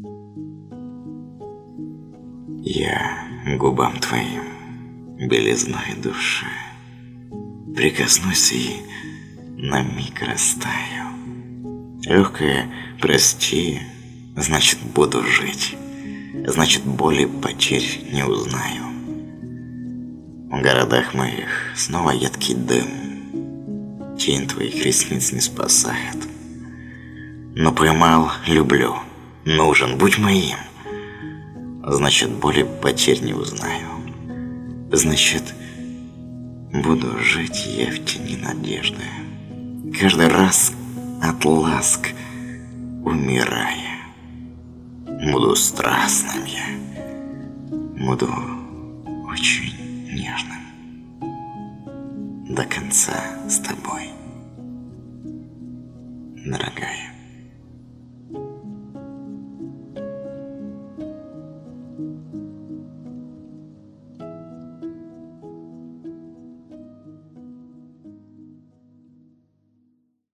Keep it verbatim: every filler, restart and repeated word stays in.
Я губам твоим, белизной души, прикоснусь и на миг растаю. Легкое «прости» значит буду жить, значит боли потерь не узнаю. В городах моих снова едкий дым, тень твоих ресниц не спасает. Но поймал, люблю, нужен, будь моим. Значит, боли потерь не узнаю. Значит, буду жить я в тени надежды, каждый раз от ласк умирая. Буду страстным я, буду очень нежным до конца с тобой, дорогая.